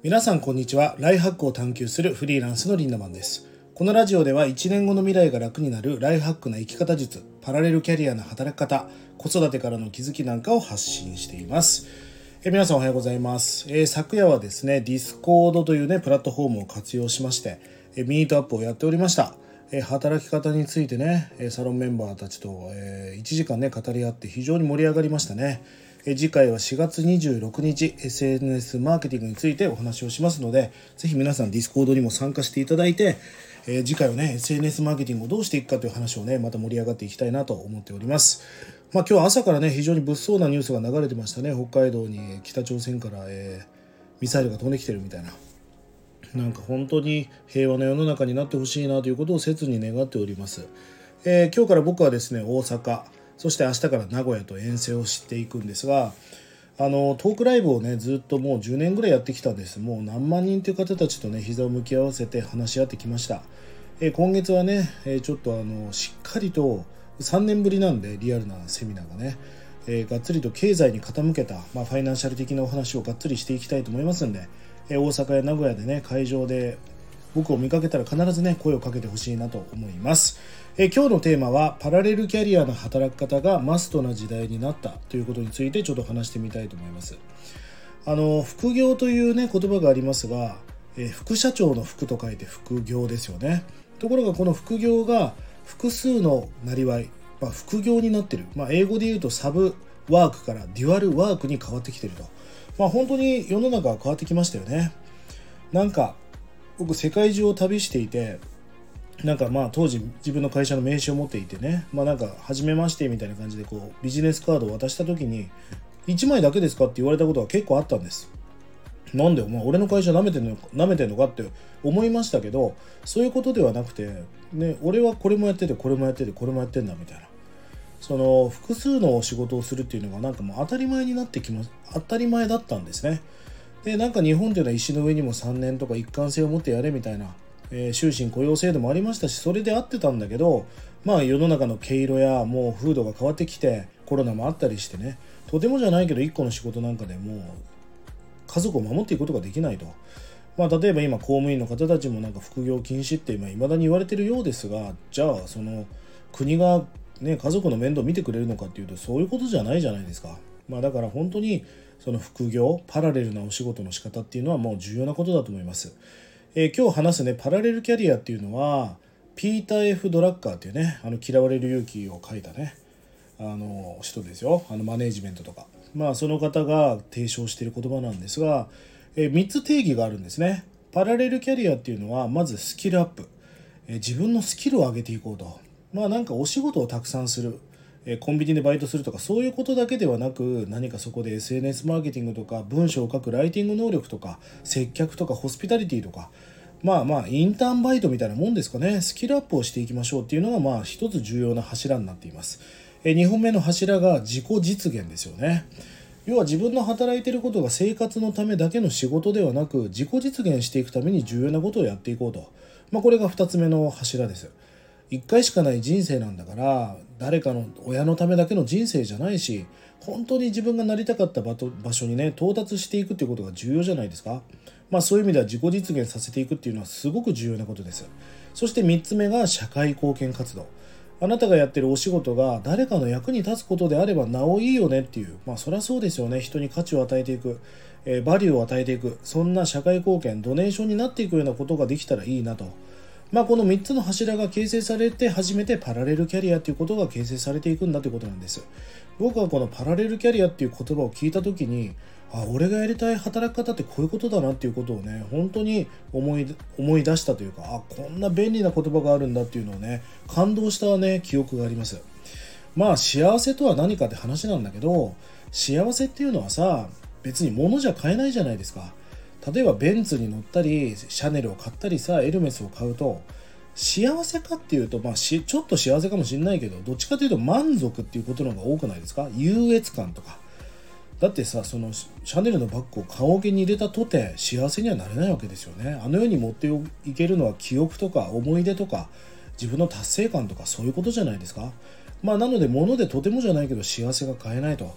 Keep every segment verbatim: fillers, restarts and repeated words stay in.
皆さんこんにちは。ライフハックを探求するフリーランスのリンダマンです。このラジオではいちねんごの未来が楽になるライフハックな生き方術、パラレルキャリアの働き方、子育てからの気づきなんかを発信しています。え皆さんおはようございます。え昨夜はですね、ディスコードというねプラットフォームを活用しましてえミートアップをやっておりました。え働き方についてねサロンメンバーたちとえいちじかんね語り合って非常に盛り上がりましたね。え次回はしがつにじゅうろくにち エスエヌエス マーケティングについてお話をしますので、ぜひ皆さんディスコードにも参加していただいて、え次回はね エスエヌエス マーケティングをどうしていくかという話をねまた盛り上がっていきたいなと思っております。まあ今日は朝からね非常に物騒なニュースが流れてましたね。北海道に北朝鮮から、えー、ミサイルが飛んできてるみたいな。なんか本当に平和な世の中になってほしいなということを切に願っております。えー、今日から僕はですね大阪、そして明日から名古屋と遠征をしていくんですが、あのトークライブをねずっともうじゅうねんぐらいやってきたんです。もう何万人という方たちとね膝を向き合わせて話し合ってきました。えー、今月はね、えー、ちょっとあのしっかりとさんねんぶりなんでリアルなセミナーがね、えー、がっつりと経済に傾けた、まあ、ファイナンシャル的なお話をがっつりしていきたいと思いますんで、えー、大阪や名古屋でね会場で僕を見かけたら必ずね声をかけてほしいなと思います。えー、今日のテーマはパラレルキャリアの働き方がマストな時代になったということについてちょっと話してみたいと思います。あの副業というね言葉がありますが、えー、副社長の副と書いて副業ですよね。ところがこの副業が複数のなりわい、まあ、副業になっている、まあ、英語で言うとサブワークからデュアルワークに変わってきていると、まあ、本当に世の中は変わってきましたよね。なんか僕世界中を旅していて、なんかまあ当時自分の会社の名刺を持っていてね、まあなんか初めましてみたいな感じでこうビジネスカードを渡した時にいちまいだけですかって言われたことが結構あったんです。なんでお前俺の会社舐めてんのか舐めてんのかって思いましたけど、そういうことではなくてね、俺はこれもやっててこれもやっててこれもやってんだみたいな、その複数の仕事をするっていうのがなんかもう当たり前になってきます当たり前だったんですね。でなんか日本というのは石の上にもさんねんとか一貫性を持ってやれみたいな、えー、終身雇用制度もありましたし、それで合ってたんだけど、まあ世の中の毛色やもう風土が変わってきてコロナもあったりしてね、とてもじゃないけど一個の仕事なんかでもう家族を守っていくことができないと。まあ、例えば今公務員の方たちもなんか副業禁止っていまだに言われているようですが、じゃあその国が、ね、家族の面倒を見てくれるのかっていうとそういうことじゃないじゃないですか。まあ、だから本当にその副業パラレルなお仕事の仕方っていうのはもう重要なことだと思います。えー、今日話すねパラレルキャリアっていうのはピーター F ドラッカーっていうね、あの嫌われる勇気を書いたねあの人ですよ。あのマネージメントとか、まあその方が提唱している言葉なんですが、えみっつ定義があるんですね。パラレルキャリアっていうのはまずスキルアップ、え自分のスキルを上げていこうと。まあなんかお仕事をたくさんする、えコンビニでバイトするとかそういうことだけではなく、何かそこで エスエヌエス マーケティングとか文章を書くライティング能力とか接客とかホスピタリティとか、まあまあインターンバイトみたいなもんですかね。スキルアップをしていきましょうっていうのがまあ一つ重要な柱になっています。えにほんめの柱が自己実現ですよね。要は自分の働いていることが生活のためだけの仕事ではなく、自己実現していくために重要なことをやっていこうと、まあ、これがふたつめの柱です。いっかいしかない人生なんだから、誰かの親のためだけの人生じゃないし、本当に自分がなりたかった場所にね到達していくっていうことが重要じゃないですか。まあそういう意味では自己実現させていくっていうのはすごく重要なことです。そしてみっつめが社会貢献活動。あなたがやってるお仕事が誰かの役に立つことであればなおいいよねっていう、まあそりゃそうですよね。人に価値を与えていく、えー、バリューを与えていく、そんな社会貢献ドネーションになっていくようなことができたらいいなと。まあこのみっつの柱が形成されて初めてパラレルキャリアということが形成されていくんだということなんです。僕はこのパラレルキャリアっていう言葉を聞いたときに、あ、俺がやりたい働き方ってこういうことだなっていうことをね本当に思い思い出したというか、あ、こんな便利な言葉があるんだっていうのをね感動したね記憶があります。まあ幸せとは何かって話なんだけど、幸せっていうのはさ別に物じゃ買えないじゃないですか。例えばベンツに乗ったりシャネルを買ったりさエルメスを買うと幸せかっていうと、まあ、しちょっと幸せかもしれないけど、どっちかというと満足っていうことの方が多くないですか。優越感とか。だってさ、そのシャネルのバッグを顔桶に入れたとて幸せにはなれないわけですよね。あの世に持っていけるのは記憶とか思い出とか自分の達成感とかそういうことじゃないですか。まあなので物でとてもじゃないけど幸せが買えないと。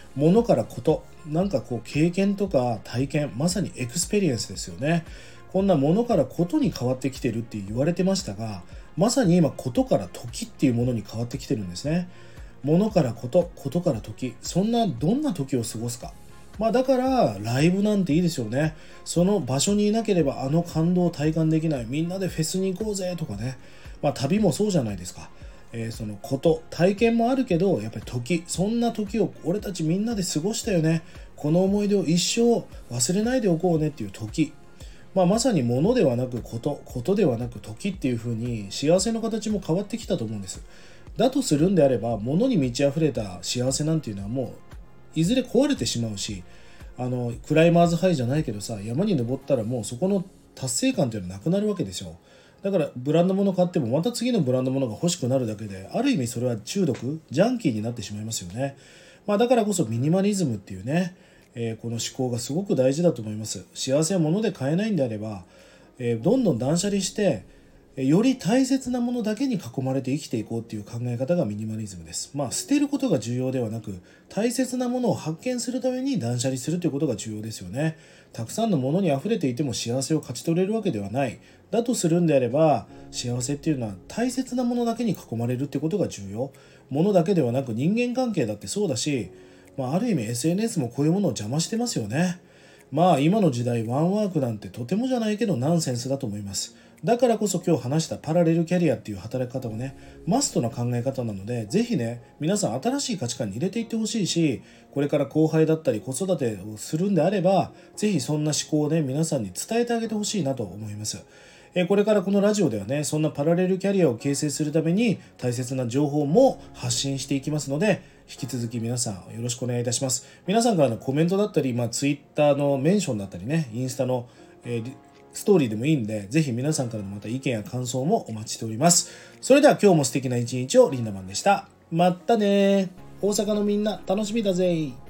物からこと、なんかこう経験とか体験、まさにエクスペリエンスですよね。こんな物からことに変わってきてるって言われてましたが、まさに今ことから時っていうものに変わってきてるんですね。物からこと、ことから時、そんなどんな時を過ごすか。まあだからライブなんていいですよね。その場所にいなければあの感動を体感できない。みんなでフェスに行こうぜとかね。まあ旅もそうじゃないですか。えー、そのこと体験もあるけど、やっぱり時、そんな時を俺たちみんなで過ごしたよね。この思い出を一生忘れないでおこうねっていう時。まあ、まさに物ではなくこと、ことではなく時っていう風に幸せの形も変わってきたと思うんです。だとするんであれば、物に満ち溢れた幸せなんていうのはもういずれ壊れてしまうし、あのクライマーズハイじゃないけどさ、山に登ったらもうそこの達成感っていうのはなくなるわけですよ。だからブランド物買ってもまた次のブランド物が欲しくなるだけで、ある意味それは中毒、ジャンキーになってしまいますよね。まあ、だからこそミニマリズムっていうね、えーこの思考がすごく大事だと思います。幸せは物で買えないんであれば、えーどんどん断捨離して、えーより大切なものだけに囲まれて生きていこうっていう考え方がミニマリズムです。まあ捨てることが重要ではなく、大切なものを発見するために断捨離するということが重要ですよね。たくさんのものに溢れていても幸せを勝ち取れるわけではない。だとするんであれば、幸せっていうのは大切なものだけに囲まれるってことが重要。ものだけではなく人間関係だってそうだし、まあ、ある意味 エスエヌエス もこういうものを邪魔してますよね。まあ今の時代ワンワークなんてとてもじゃないけどナンセンスだと思います。だからこそ今日話したパラレルキャリアっていう働き方もね、マストな考え方なので、ぜひね、皆さん新しい価値観に入れていってほしいし、これから後輩だったり子育てをするんであれば、ぜひそんな思考をね、皆さんに伝えてあげてほしいなと思います。えーこれからこのラジオではね、そんなパラレルキャリアを形成するために大切な情報も発信していきますので、引き続き皆さんよろしくお願いいたします。皆さんからのコメントだったり、まあ、ツイッターのメンションだったりね、インスタの、えーストーリーでもいいんで、ぜひ皆さんからのまた意見や感想もお待ちしております。それでは今日も素敵な一日をリンダマンでした。またね。大阪のみんな楽しみだぜ。